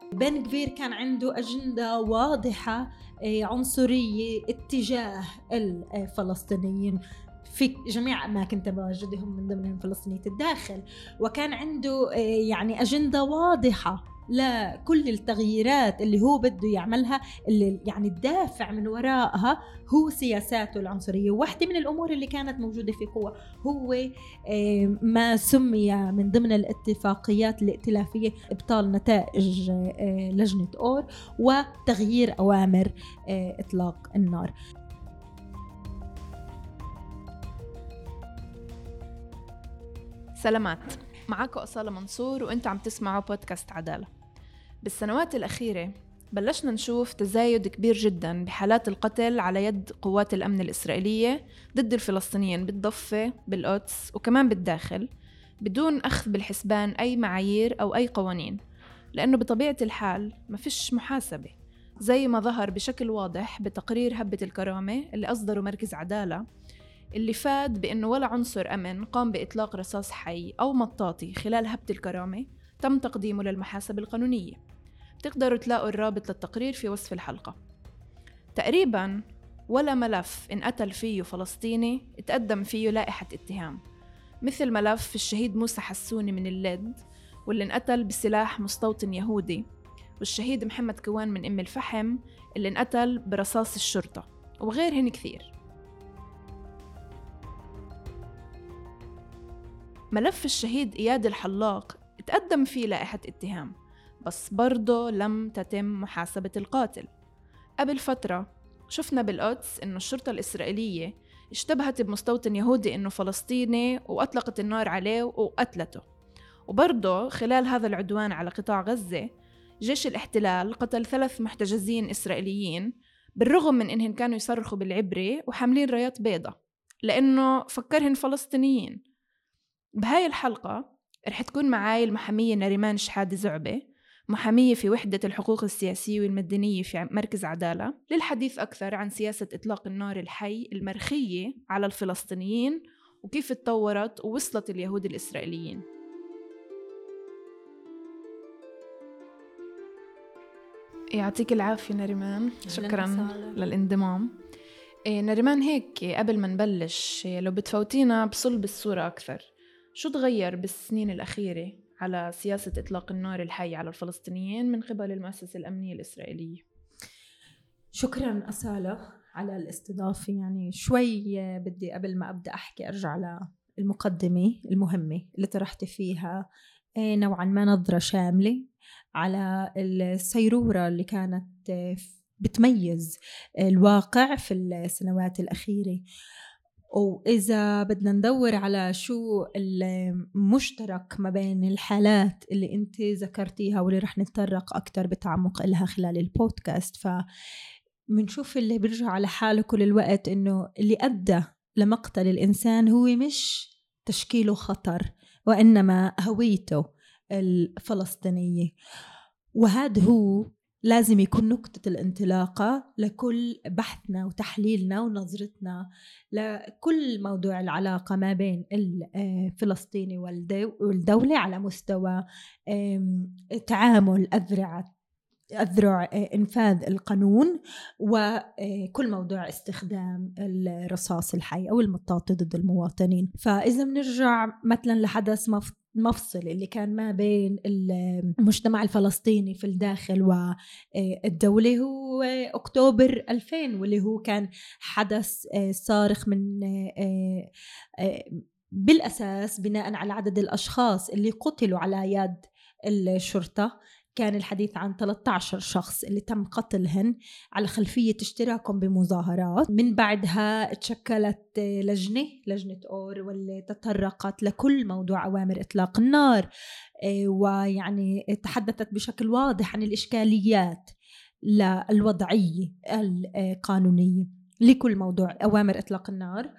بن غفير كان عنده أجندة واضحة عنصرية اتجاه الفلسطينيين في جميع أماكن تواجدهم من ضمنهم فلسطينية الداخل، وكان عنده يعني أجندة واضحة لكل التغييرات اللي هو بده يعملها، اللي يعني الدافع من وراءها هو سياساته العنصرية. واحدة من الأمور اللي كانت موجودة في قوة هو ما سمي من ضمن الاتفاقيات الائتلافية إبطال نتائج لجنة أور وتغيير أوامر إطلاق النار. سلامات، معاكم أصالة منصور وانتوا عم تسمعوا بودكاست عدالة. بالسنوات الأخيرة بلشنا نشوف تزايد كبير جدا بحالات القتل على يد قوات الأمن الإسرائيلية ضد الفلسطينيين بالضفة، بالقدس وكمان بالداخل، بدون أخذ بالحسبان أي معايير أو أي قوانين، لأنه بطبيعة الحال ما فيش محاسبة، زي ما ظهر بشكل واضح بتقرير هبة الكرامة اللي أصدره مركز عدالة، اللي فاد بأنه ولا عنصر أمن قام بإطلاق رصاص حي أو مطاطي خلال هبة الكرامة تم تقديمه للمحاسبة القانونية. بتقدروا تلاقوا الرابط للتقرير في وصف الحلقة. تقريباً ولا ملف انقتل فيه فلسطيني اتقدم فيه لائحة اتهام، مثل ملف الشهيد موسى حسوني من اللد، واللي انقتل بسلاح مستوطن يهودي، والشهيد محمد كوان من أم الفحم اللي انقتل برصاص الشرطة، وغيرهن كثير. ملف الشهيد إياد الحلاق اتقدم فيه لائحة اتهام، بس برضه لم تتم محاسبة القاتل. قبل فترة شفنا بالقدس إنه الشرطة الإسرائيلية اشتبهت بمستوطن يهودي إنه فلسطيني وأطلقت النار عليه وقتلته. وبرضه خلال هذا العدوان على قطاع غزة جيش الاحتلال قتل 3 محتجزين إسرائيليين، بالرغم من إنهم كانوا يصرخوا بالعبري وحاملين رايات بيضة لأنه فكرهن فلسطينيين. بهاي الحلقة رح تكون معاي المحامية نريمان شحادة زعبة، محامية في وحدة الحقوق السياسية والمدنية في مركز عدالة، للحديث أكثر عن سياسة إطلاق النار الحي المرخية على الفلسطينيين وكيف تطورت ووصلت اليهود الإسرائيليين. يعطيك العافية نريمان، شكراً للانضمام. نريمان، هيك قبل ما نبلش لو بتفوتينا بصلب الصورة أكثر، شو تغير بالسنين الأخيرة على سياسة إطلاق النار الحي على الفلسطينيين من قبل المؤسسة الأمنية الإسرائيلية؟ شكراً أصالة على الاستضافة. يعني شوي بدي قبل ما أبدأ أحكي أرجع على المقدمة المهمة اللي طرحت فيها نوعاً ما نظرة شاملة على السيرورة اللي كانت بتميز الواقع في السنوات الأخيرة. وإذا بدنا ندور على شو المشترك ما بين الحالات اللي أنت ذكرتيها واللي رح نتطرق أكتر بتعمق إلها خلال البودكاست، فمنشوف اللي بيرجع على حاله كل الوقت إنه اللي أدى لمقتل الإنسان هو مش تشكيله خطر، وإنما هويته الفلسطينية. وهذا هو لازم يكون نقطة الانطلاقة لكل بحثنا وتحليلنا ونظرتنا لكل موضوع العلاقة ما بين الفلسطيني والدولة على مستوى تعامل أذرع إنفاذ القانون، وكل موضوع استخدام الرصاص الحي أو المطاط ضد المواطنين. فإذا بنرجع مثلا لحدث مفصل اللي كان ما بين المجتمع الفلسطيني في الداخل والدولة هو أكتوبر 2000، واللي هو كان حدث صارخ من بالأساس بناء على عدد الأشخاص اللي قتلوا على يد الشرطة. كان الحديث عن 13 شخص اللي تم قتلهن على خلفية اشتراكهم بمظاهرات. من بعدها تشكلت لجنة أور واللي تطرقت لكل موضوع أوامر إطلاق النار، ويعني تحدثت بشكل واضح عن الإشكاليات للوضعية القانونية لكل موضوع أوامر إطلاق النار.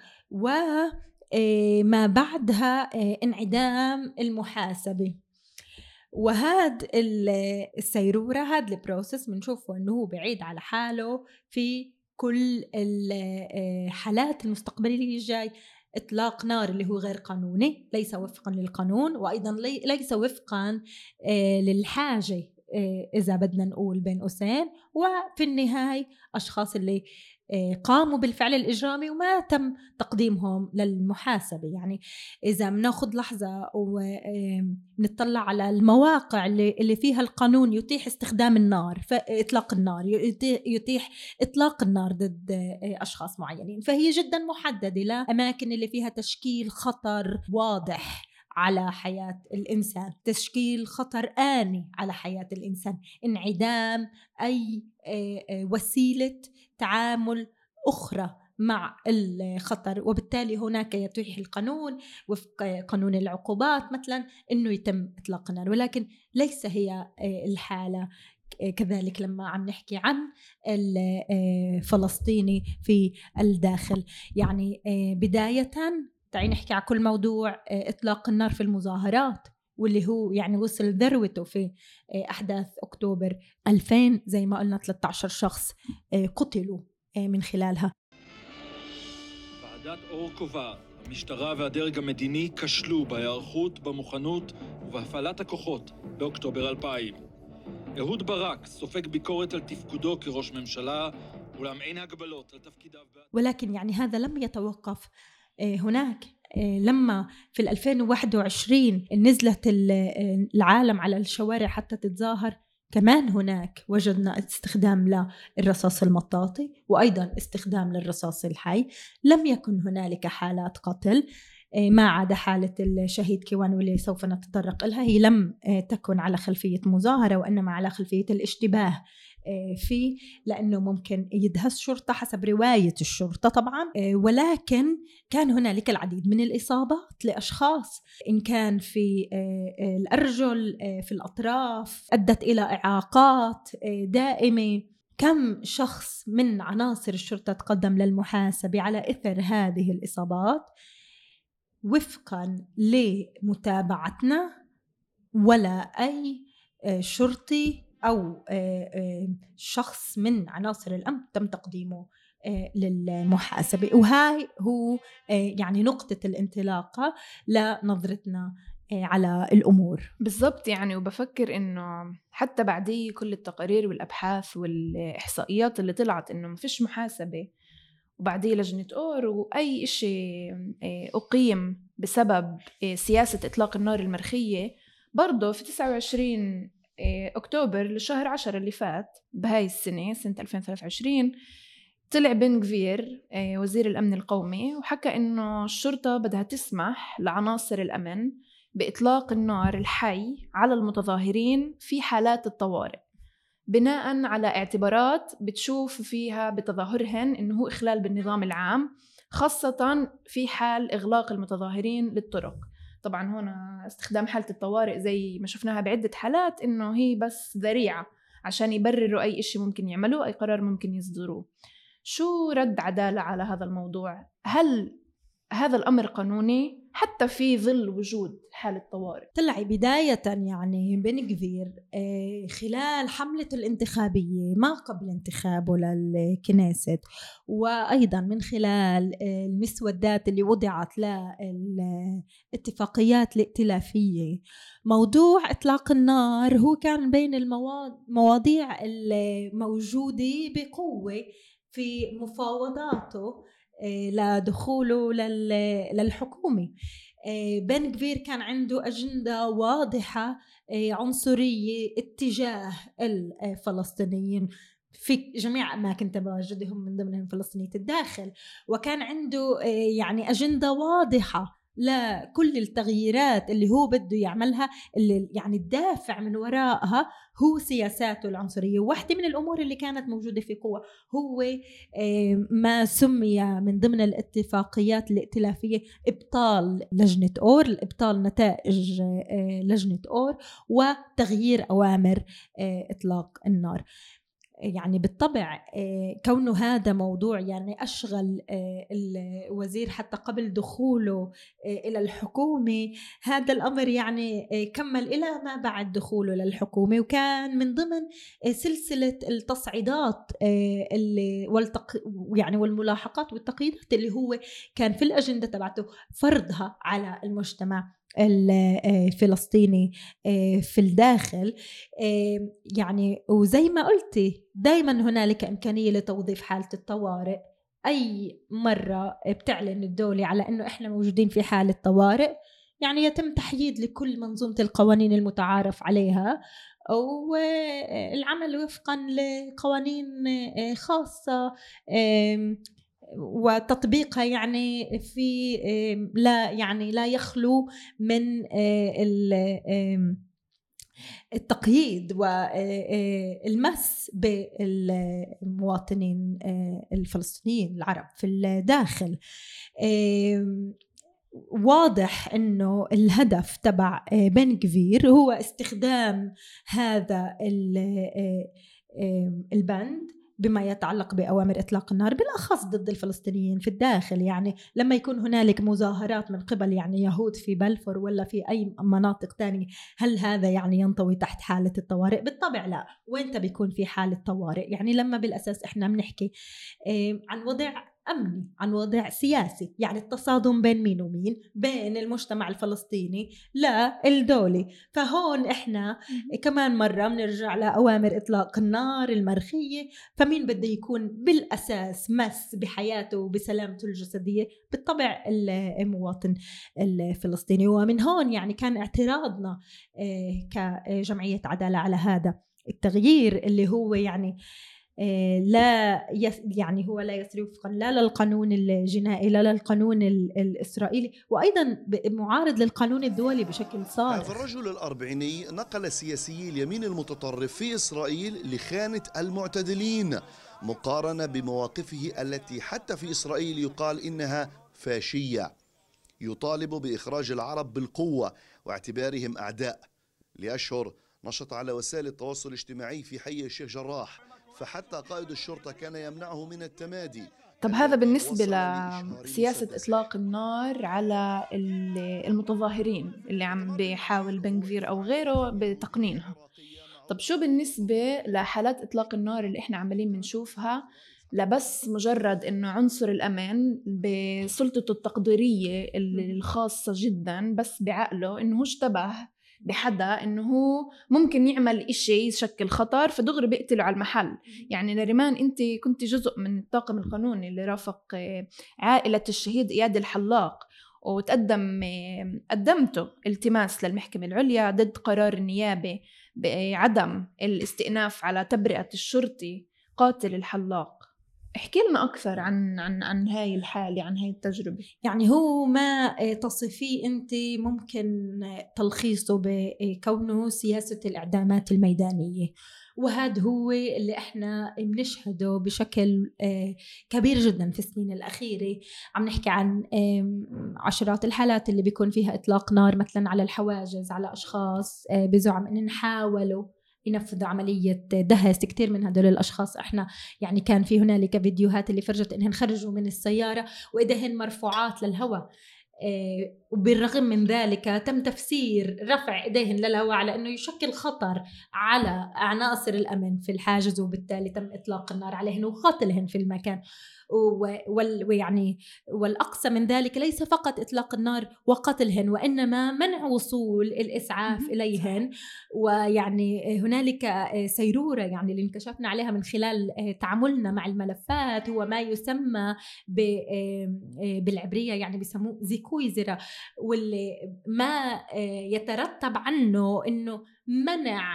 وما بعدها انعدام المحاسبة. وهذا السيرورة، هذا البروسيس بنشوفه أنه هو بعيد على حاله في كل الحالات المستقبلية الجاي. إطلاق نار اللي هو غير قانوني، ليس وفقا للقانون، وأيضا ليس وفقا للحاجة إذا بدنا نقول بين قوسين، وفي النهاية أشخاص اللي قاموا بالفعل الإجرامي وما تم تقديمهم للمحاسبة. يعني إذا بناخد لحظة ونطلع على المواقع اللي فيها القانون يتيح استخدام النار، إطلاق النار، يتيح إطلاق النار ضد أشخاص معينين، فهي جدا محددة لأماكن اللي فيها تشكيل خطر واضح على حياة الإنسان، تشكيل خطر آني على حياة الإنسان، انعدام أي وسيلة تعامل أخرى مع الخطر. وبالتالي هناك يتيح القانون وفق قانون العقوبات مثلا أنه يتم إطلاق النار، ولكن ليس هي الحالة. كذلك لما عم نحكي عن الفلسطيني في الداخل، يعني بداية تعالي نحكي على كل موضوع إطلاق النار في المظاهرات، واللي هو يعني وصل ذروته في أحداث أكتوبر 2000. زي ما قلنا 13 شخص قتلوا من خلالها. ועדת אור קובעת, המשטרה והדרג המדיני כשלו בהיערכות, במוכנות ובהפעלת הכוחות באוקטובר 2000. אהוד ברק סופג ביקורת על תפקודו כראש ממשלה, אולם אין הגבלות על תפקידיו. ولكن يعني هذا لم يتوقف هناك. لما في 2021 نزلت العالم على الشوارع حتى تتظاهر، كمان هناك وجدنا استخدام للرصاص المطاطي وأيضا استخدام للرصاص الحي. لم يكن هنالك حالات قتل ما عدا حالة الشهيد كيوان واللي سوف نتطرق لها. هي لم تكن على خلفية مظاهرة وإنما على خلفية الاشتباه فيه، لأنه ممكن يدهس شرطة حسب رواية الشرطة طبعا. ولكن كان هنالك العديد من الإصابات لأشخاص، إن كان في الأرجل، في الأطراف، أدت إلى إعاقات دائمة. كم شخص من عناصر الشرطة تقدم للمحاسبة على إثر هذه الإصابات وفقا لمتابعتنا، ولا أي شرطي أو شخص من عناصر الأمن تم تقديمه للمحاسبة. وهاي هو يعني نقطة الانطلاقة لنظرتنا على الأمور بالضبط. يعني وبفكر إنه حتى بعدي كل التقارير والأبحاث والإحصائيات اللي طلعت إنه ما فيش محاسبة، وبعديه لجنة أور وأي إشي أقيم بسبب سياسة إطلاق النار المرخية، برضو في 29 أكتوبر لشهر 10 اللي فات بهاي السنة، سنة 2023، طلع بن غفير وزير الأمن القومي وحكى إنه الشرطة بدها تسمح لعناصر الأمن بإطلاق النار الحي على المتظاهرين في حالات الطوارئ، بناء على اعتبارات بتشوف فيها بتظاهرهن إنه هو إخلال بالنظام العام، خاصة في حال إغلاق المتظاهرين للطرق. طبعا هنا استخدام حالة الطوارئ زي ما شفناها بعدة حالات إنه هي بس ذريعة عشان يبرروا أي إشي ممكن يعملوه، أي قرار ممكن يصدروه. شو رد عدالة على هذا الموضوع؟ هل هذا الأمر قانوني حتى في ظل وجود حالة طوارئ؟ طلع بداية يعني بن غفير خلال حملة الانتخابية ما قبل انتخابه للكنيست، وأيضا من خلال المسودات اللي وضعت للاتفاقيات الائتلافية، موضوع إطلاق النار هو كان بين المواضيع الموجودة بقوة في مفاوضاته لدخوله للحكومة. بن غفير كان عنده أجندة واضحة عنصرية اتجاه الفلسطينيين في جميع أماكن تواجدهم من ضمنهم فلسطينية الداخل، وكان عنده يعني أجندة واضحة لكل التغييرات اللي هو بده يعملها، اللي يعني الدافع من وراءها هو سياساته العنصرية. واحدة من الأمور اللي كانت موجودة في قوة هو ما سمي من ضمن الاتفاقيات الائتلافية إبطال لجنة أور، إبطال نتائج لجنة أور، وتغيير أوامر إطلاق النار. يعني بالطبع كونه هذا موضوع يعني أشغل الوزير حتى قبل دخوله إلى الحكومة، هذا الأمر يعني كمل إلى ما بعد دخوله للحكومة، وكان من ضمن سلسلة التصعيدات يعني والملاحقات والتقييدات اللي هو كان في الأجندة تبعته فرضها على المجتمع الفلسطيني في الداخل. يعني وزي ما قلتي دايما هنالك إمكانية لتوظيف حالة الطوارئ. أي مرة بتعلن الدولة على أنه إحنا موجودين في حالة طوارئ، يعني يتم تحييد لكل منظومة القوانين المتعارف عليها والعمل وفقا لقوانين خاصة وتطبيقها يعني في لا يخلو من التقييد والمس بالمواطنين الفلسطينيين العرب في الداخل. واضح أنه الهدف تبع بن غفير هو استخدام هذا البند بما يتعلق بأوامر إطلاق النار بالأخص ضد الفلسطينيين في الداخل. يعني لما يكون هنالك مظاهرات من قبل يعني يهود في بلفور ولا في أي مناطق تانية، هل هذا يعني ينطوي تحت حالة الطوارئ؟ بالطبع لا. وين بيكون في حالة طوارئ؟ يعني لما بالأساس إحنا بنحكي عن وضع أمني، عن وضع سياسي، يعني التصادم بين مين ومين، بين المجتمع الفلسطيني لا الدولي. فهون إحنا كمان مرة بنرجع لأوامر إطلاق النار المرخية. فمين بده يكون بالأساس مس بحياته وبسلامته الجسدية؟ بالطبع المواطن الفلسطيني. ومن هون يعني كان اعتراضنا كجمعية عدالة على هذا التغيير اللي هو يعني يعني هو لا يسري وفقا لا للقانون الجنائي لا للقانون الإسرائيلي، وأيضا معارض للقانون الدولي بشكل صارخ. هذا الرجل الأربعيني نقل سياسي اليمين المتطرف في إسرائيل لخانة المعتدلين مقارنة بمواقفه التي حتى في إسرائيل يقال إنها فاشية. يطالب بإخراج العرب بالقوة واعتبارهم أعداء. لأشهر نشط على وسائل التواصل الاجتماعي في حي الشيخ جراح، فحتى قائد الشرطة كان يمنعه من التمادي. طب هذا بالنسبة لسياسة إطلاق النار على المتظاهرين اللي عم بيحاول بن غفير أو غيره بتقنينها. طب شو بالنسبة لحالات إطلاق النار اللي إحنا عمالين بنشوفها لبس مجرد إنه عنصر الأمان بسلطته التقديرية الخاصة جدا بس بعقله إنه هو اشتبه بحدا إنه هو ممكن يعمل إشي يشكل خطر فدغري بيقتله على المحل. يعني نريمان أنت كنت جزء من الطاقم القانوني اللي رافق عائلة الشهيد إياد الحلاق، قدمته التماس للمحكمة العليا ضد قرار النيابة بعدم الاستئناف على تبرئة الشرطي قاتل الحلاق. احكي لنا أكثر عن هاي الحالة، عن هاي التجربة. يعني هو ما تصفيه أنت ممكن تلخيصه بكونه سياسة الإعدامات الميدانية، وهذا هو اللي احنا بنشهده بشكل كبير جدا في السنين الأخيرة. عم نحكي عن عشرات الحالات اللي بيكون فيها إطلاق نار مثلا على الحواجز على أشخاص بزعم إن حاولوا ينفذوا عملية دهس. كتير من هدول الأشخاص احنا يعني كان في هنالك فيديوهات اللي فرجت إنهن خرجوا من السيارة وإيديهن مرفوعات للهواء، وبالرغم من ذلك تم تفسير رفع إيديهن للهواء على أنه يشكل خطر على عناصر الأمن في الحاجز، وبالتالي تم إطلاق النار عليهن وقتلهن في المكان. ويعني والأقصى من ذلك ليس فقط إطلاق النار وقتلهن وإنما منع وصول الإسعاف إليهن. ويعني هنالك سيرورة يعني اللي انكشفنا عليها من خلال تعاملنا مع الملفات هو ما يسمى بالعبرية يعني بيسموه زيكويزرة، واللي ما يترتب عنه إنه منع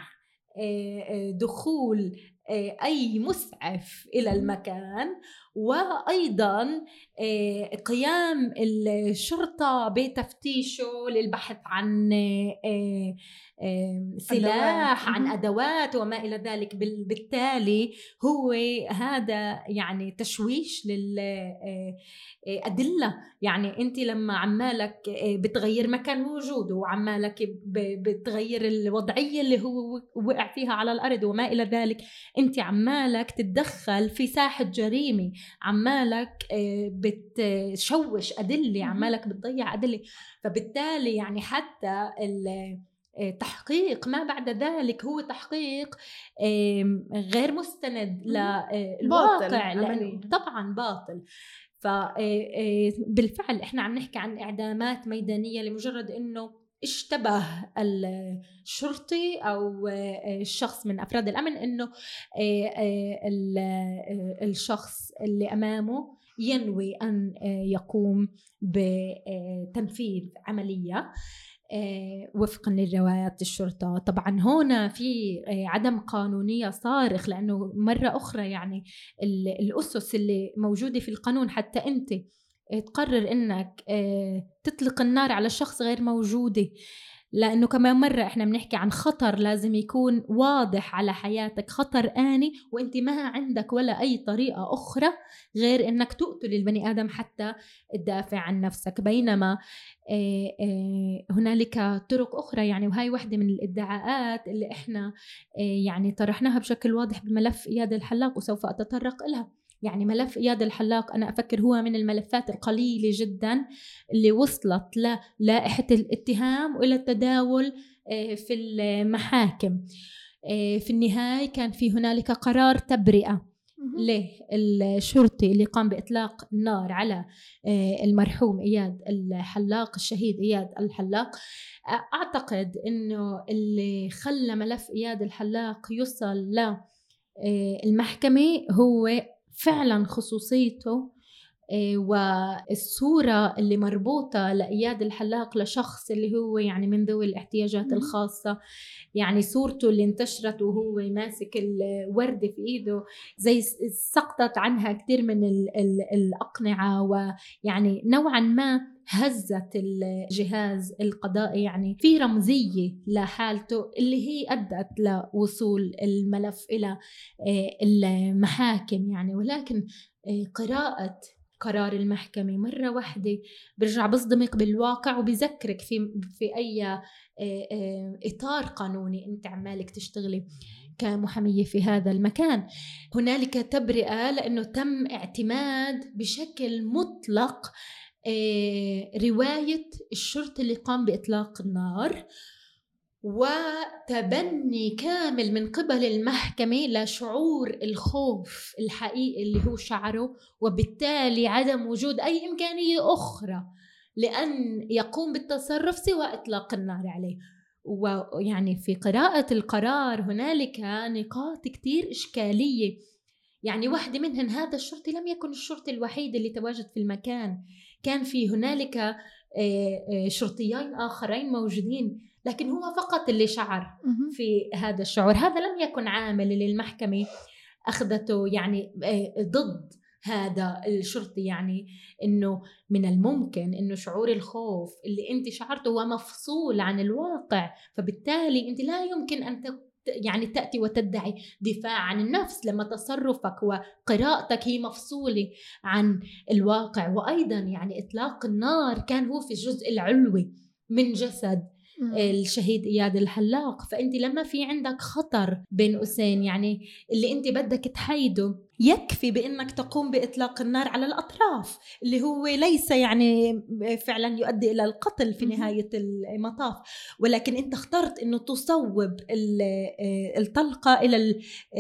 دخول أي مسعف إلى المكان، وأيضا قيام الشرطة بتفتيشه للبحث عن سلاح عن أدوات وما إلى ذلك. بالتالي هو هذا يعني تشويش للأدلة. يعني أنت لما عمالك بتغير مكان وجوده وعمالك بتغير الوضعية اللي هو وقع فيها على الأرض وما إلى ذلك، أنت عمالك تتدخل في ساحة جريمة، عمالك بتشوش أدلة، عمالك بتضيع أدلة. فبالتالي يعني حتى التحقيق ما بعد ذلك هو تحقيق غير مستند للواقع، طبعا باطل. فبالفعل احنا عم نحكي عن إعدامات ميدانية لمجرد انه اشتبه الشرطي أو الشخص من أفراد الأمن إنه الشخص اللي أمامه ينوي أن يقوم بتنفيذ عملية وفقا لروايات الشرطة. طبعا هنا في عدم قانونية صارخ، لأنه مرة أخرى يعني الأسس اللي موجودة في القانون حتى أنت تقرر إنك تطلق النار على شخص غير موجودة، لأنه كمان مرة إحنا بنحكي عن خطر لازم يكون واضح على حياتك، خطر آني، وإنت ما عندك ولا أي طريقة أخرى غير إنك تقتل البني آدم حتى تدافع عن نفسك. بينما هنالك طرق أخرى يعني، وهي واحدة من الادعاءات اللي إحنا يعني طرحناها بشكل واضح بملف إياد الحلاق وسوف أتطرق لها. يعني ملف إياد الحلاق أنا أفكر هو من الملفات القليلة جدا اللي وصلت للائحة الاتهام وإلى التداول في المحاكم. في النهاية كان في هنالك قرار تبرئة للشرطي اللي قام بإطلاق النار على المرحوم إياد الحلاق، الشهيد إياد الحلاق. أعتقد أنه اللي خلى ملف إياد الحلاق يوصل للمحكمة هو فعلا خصوصيته والصورة اللي مربوطة لإياد الحلاق لشخص اللي هو يعني من ذوي الاحتياجات الخاصة. يعني صورته اللي انتشرت وهو ماسك الوردة في إيده زي سقطت عنها كتير من الأقنعة، ويعني نوعا ما هزت الجهاز القضائي. يعني في رمزية لحالته اللي هي أدت لوصول الملف إلى المحاكم يعني. ولكن قراءة قرار المحكمة مرة واحدة برجع بصدمك بالواقع وبذكرك في أي إطار قانوني أنت عمالك تشتغلي كمحامية في هذا المكان. هنالك تبرئة لأنه تم اعتماد بشكل مطلق رواية الشرطي اللي قام بإطلاق النار، وتبني كامل من قبل المحكمة لشعور الخوف الحقيقي اللي هو شعره، وبالتالي عدم وجود أي إمكانية أخرى لأن يقوم بالتصرف سوى إطلاق النار عليه. ويعني في قراءة القرار هنالك نقاط كتير إشكالية. يعني واحدة منهن هذا الشرطي لم يكن الشرطي الوحيد اللي تواجد في المكان، كان في هنالك شرطيين آخرين موجودين، لكن هو فقط اللي شعر في هذا الشعور. هذا لم يكن عامل للمحكمة أخذته يعني ضد هذا الشرطي. يعني إنه من الممكن إنه شعور الخوف اللي أنت شعرته هو مفصول عن الواقع، فبالتالي أنت لا يمكن أن يعني تأتي وتدعي دفاع عن النفس لما تصرفك وقراءتك هي مفصولة عن الواقع. وأيضا يعني إطلاق النار كان هو في الجزء العلوي من جسد الشهيد إياد الحلاق، فأنت لما في عندك خطر بين قوسين يعني اللي أنت بدك تحيده، يكفي بأنك تقوم بإطلاق النار على الأطراف اللي هو ليس يعني فعلا يؤدي إلى القتل في نهاية المطاف، ولكن أنت اخترت أنه تصوب الطلقة إلى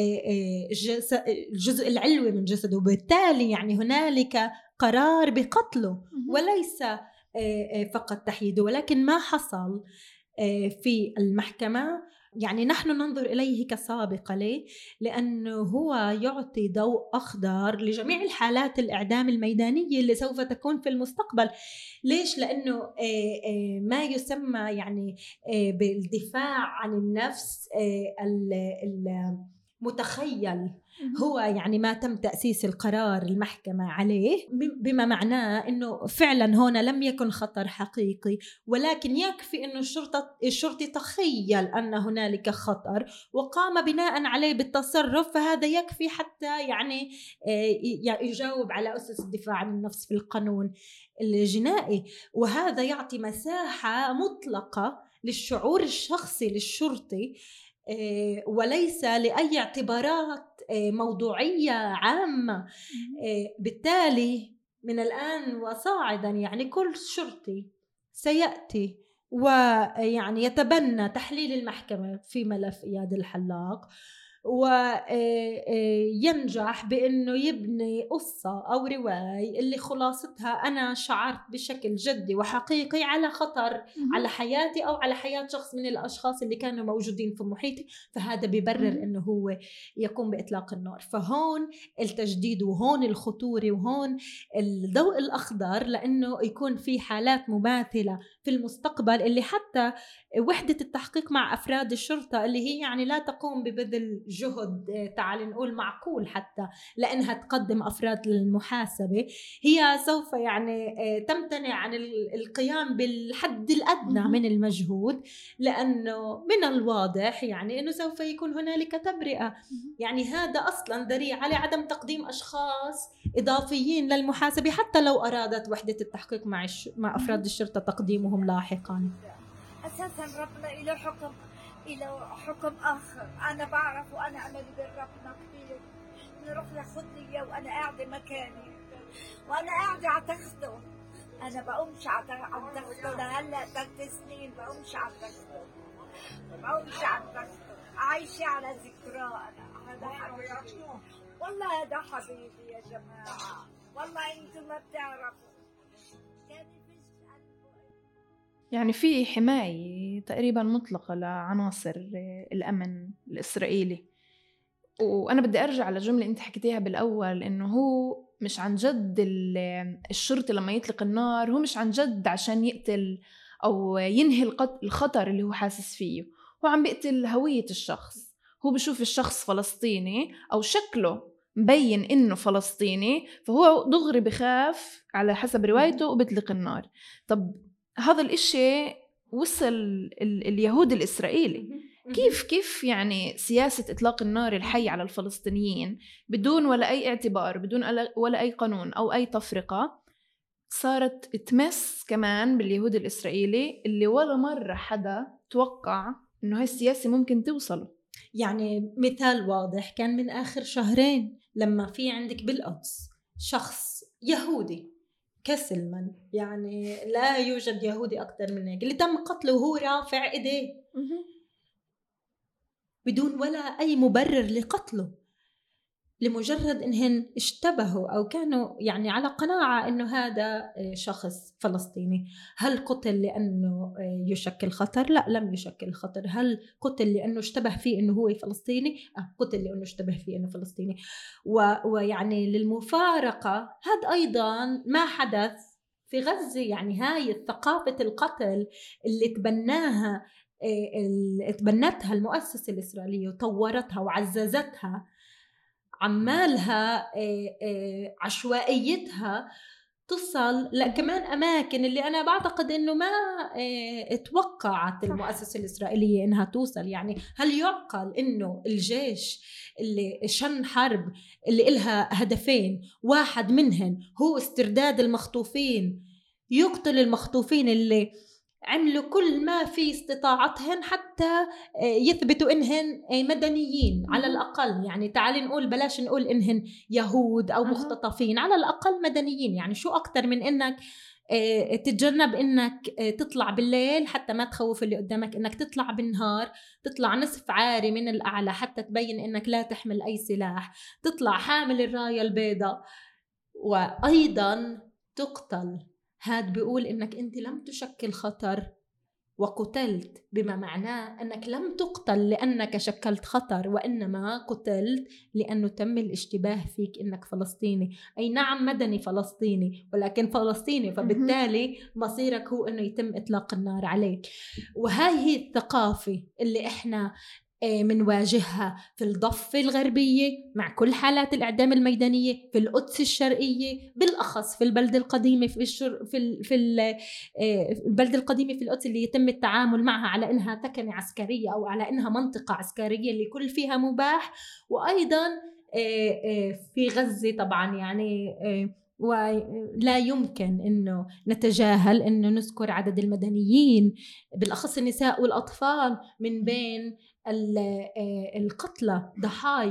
الجزء العلوي من جسده، وبالتالي يعني هنالك قرار بقتله وليس فقط تحييده. ولكن ما حصل في المحكمة يعني نحن ننظر إليه كسابقة. ليه؟ لأنه هو يعطي ضوء أخضر لجميع الحالات الإعدام الميدانية اللي سوف تكون في المستقبل. ليش؟ لأنه ما يسمى يعني بالدفاع عن النفس المتخيل هو يعني ما تم تأسيس القرار المحكمة عليه، بما معناه أنه فعلا هنا لم يكن خطر حقيقي، ولكن يكفي أنه الشرطي تخيل أن هنالك خطر وقام بناء عليه بالتصرف، فهذا يكفي حتى يعني يجاوب على أسس الدفاع عن النفس في القانون الجنائي. وهذا يعطي مساحة مطلقة للشعور الشخصي للشرطي وليس لأي اعتبارات موضوعية عامة. بالتالي من الآن وصاعدا يعني كل شرطي سيأتي ويعني يتبنى تحليل المحكمة في ملف إياد الحلاق وينجح بأنه يبني قصة أو رواية اللي خلاصتها أنا شعرت بشكل جدي وحقيقي على خطر على حياتي أو على حياة شخص من الأشخاص اللي كانوا موجودين في محيطي، فهذا بيبرر أنه هو يقوم بإطلاق النار. فهون التجديد وهون الخطورة وهون الضوء الأخضر، لأنه يكون في حالات مماثلة في المستقبل اللي حتى وحدة التحقيق مع أفراد الشرطة اللي هي يعني لا تقوم ببذل جهد تعال نقول معقول حتى لأنها تقدم أفراد للمحاسبة، هي سوف يعني تمتنع عن القيام بالحد الأدنى من المجهود، لأنه من الواضح يعني أنه سوف يكون هنالك تبرئة. يعني هذا أصلا ذريعة لعدم تقديم أشخاص إضافيين للمحاسبة حتى لو أرادت وحدة التحقيق مع أفراد الشرطة تقديمهم لاحقا. أساسا ربنا إله حكم آخر، أنا بعرف وأنا أملي بالربنا كثير. نروح ياخذني إياه وأنا قاعدة مكاني وأنا قاعدة على تخته، أنا بقومش على تخته لهلا 3 سنين بقومش على تخته، عايشة على ذكرى. أنا هذا حبيبي والله، هذا حبيبي يا جماعة، والله أنتم ما بتعرفوا. يعني في حماية تقريبا مطلقة لعناصر الأمن الإسرائيلي. وأنا بدي أرجع لجملة أنت حكيتيها بالأول، إنه هو مش عن جد الشرطي لما يطلق النار هو مش عن جد عشان يقتل أو ينهي الخطر اللي هو حاسس فيه، هو عم بيقتل هوية الشخص. هو بشوف الشخص فلسطيني أو شكله مبين إنه فلسطيني، فهو دغري بخاف على حسب روايته وبيطلق النار. طب هذا الاشي وصل اليهود الإسرائيلي كيف يعني سياسة إطلاق النار الحي على الفلسطينيين بدون ولا أي اعتبار، بدون ولا أي قانون أو أي تفرقة، صارت تمس كمان باليهود الإسرائيلي اللي ولا مرة حدا توقع إنه هاي السياسة ممكن توصله. يعني مثال واضح كان من آخر شهرين لما في عندك بالقدس شخص يهودي كسلمان، يعني لا يوجد يهودي أكثر من هيك، اللي تم قتله وهو رافع إيديه بدون ولا أي مبرر لقتله، لمجرد إنهن اشتبهوا أو كانوا يعني على قناعة إنه هذا شخص فلسطيني. هل قتل لأنه يشكل خطر؟ لا، لم يشكل خطر. هل قتل لأنه اشتبه فيه إنه هو فلسطيني؟ قتل لأنه اشتبه فيه إنه فلسطيني. ويعني للمفارقة هذا أيضا ما حدث في غزة. يعني هاي ثقافة القتل اللي تبنتها المؤسسة الإسرائيلية وطورتها وعززتها، عمالها عشوائيتها تصل لكمان أماكن اللي أنا بعتقد أنه ما توقعت المؤسسة الإسرائيلية أنها توصل. يعني هل يعقل أنه الجيش اللي شن حرب اللي إلها هدفين، واحد منهن هو استرداد المخطوفين، يقتل المخطوفين اللي عملوا كل ما في استطاعتهن حتى يثبتوا إنهن مدنيين على الأقل؟ يعني تعالي نقول بلاش نقول إنهن يهود أو مختطفين، على الأقل مدنيين. يعني شو أكتر من إنك تتجنب إنك تطلع بالليل حتى ما تخوف اللي قدامك، إنك تطلع بالنهار، تطلع نصف عاري من الأعلى حتى تبين إنك لا تحمل أي سلاح، تطلع حامل الراية البيضاء وأيضا تقتل. هاد بيقول إنك أنت لم تشكل خطر وقتلت، بما معناه أنك لم تقتل لأنك شكلت خطر، وإنما قتلت لأنه تم الاشتباه فيك إنك فلسطيني. أي نعم مدني فلسطيني، ولكن فلسطيني، فبالتالي مصيرك هو أنه يتم إطلاق النار عليك. وهاي هي الثقافة اللي إحنا منواجهها في الضفة الغربية مع كل حالات الإعدام الميدانية، في القدس الشرقية بالأخص، في البلدة القديمة في البلدة القديمة في القدس اللي يتم التعامل معها على إنها تكنة عسكرية أو على إنها منطقة عسكرية اللي كل فيها مباح، وأيضا في غزة طبعا. يعني ولا يمكن أنه نتجاهل أنه نذكر عدد المدنيين بالأخص النساء والأطفال من بين القتلى ضحايا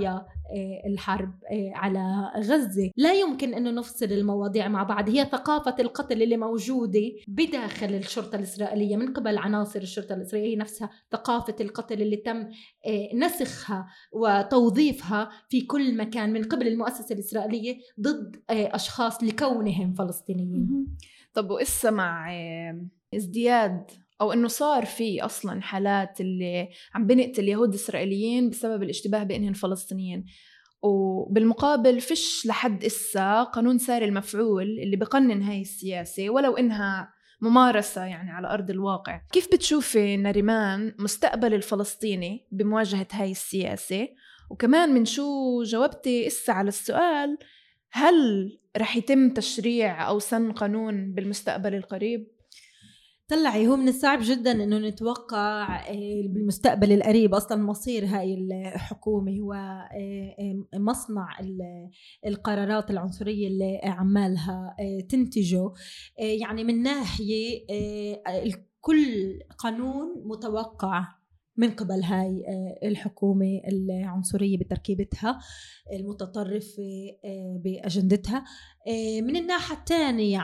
الحرب على غزة. لا يمكن أنه نفصل المواضيع مع بعض. هي ثقافة القتل اللي موجودة بداخل الشرطة الإسرائيلية من قبل عناصر الشرطة الإسرائيلية نفسها، ثقافة القتل اللي تم نسخها وتوظيفها في كل مكان من قبل المؤسسة الإسرائيلية ضد أشخاص لكونهم فلسطينيين. طب وإسا مع ازدياد أو إنه صار في أصلاً حالات اللي عم بنقتل يهود إسرائيليين بسبب الاشتباه بإنهم فلسطينيين، وبالمقابل فيش لحد إسا قانون ساري المفعول اللي بقنن هاي السياسة ولو إنها ممارسة يعني على أرض الواقع. كيف بتشوفي نريمان مستقبل الفلسطيني بمواجهة هاي السياسة؟ وكمان من شو جاوبتي إسا على السؤال هل رح يتم تشريع أو سن قانون بالمستقبل القريب؟ طلعي هو من الصعب جدا انه نتوقع بالمستقبل القريب. اصلا مصير هاي الحكومه هو مصنع القرارات العنصريه اللي عمالها تنتجه. يعني من ناحيه كل قانون متوقع من قبل هاي الحكومة العنصرية بتركيبتها المتطرفة بأجندتها. من الناحية الثانية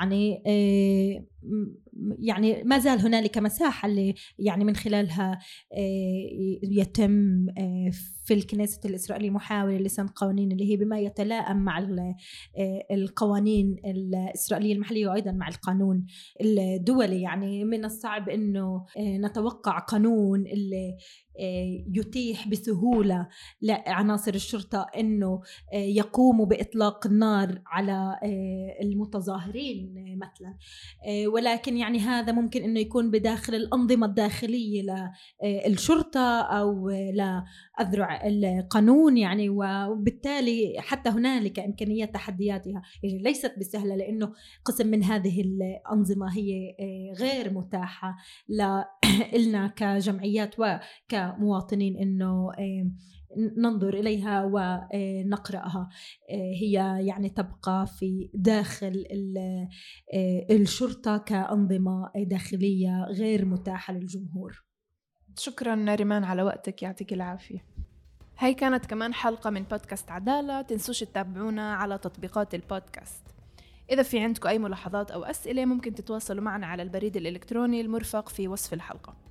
يعني ما زال هنالك مساحة اللي يعني من خلالها يتم في الكنيسة الإسرائيلية محاولة لسن قوانين اللي هي بما يتلائم مع القوانين الإسرائيلية المحلية وأيضا مع القانون الدولي. يعني من الصعب إنه نتوقع قانون اللي يتيح بسهولة لعناصر الشرطة إنه يقوموا بإطلاق النار على المتظاهرين مثلا، ولكن يعني هذا ممكن إنه يكون بداخل الأنظمة الداخلية للشرطة أو لأذرع القانون يعني. وبالتالي حتى هنالك إمكانية تحدياتها يعني ليست بسهلة، لأنه قسم من هذه الأنظمة هي غير متاحة لنا كجمعيات وكمواطنين إنه ننظر إليها ونقرأها. هي يعني تبقى في داخل الشرطة كأنظمة داخلية غير متاحة للجمهور. شكراً نريمان على وقتك، يعطيك العافية. هاي كانت كمان حلقة من بودكاست عدالة. تنسوش تتابعونا على تطبيقات البودكاست. إذا في عندكم أي ملاحظات أو أسئلة ممكن تتواصلوا معنا على البريد الإلكتروني المرفق في وصف الحلقة.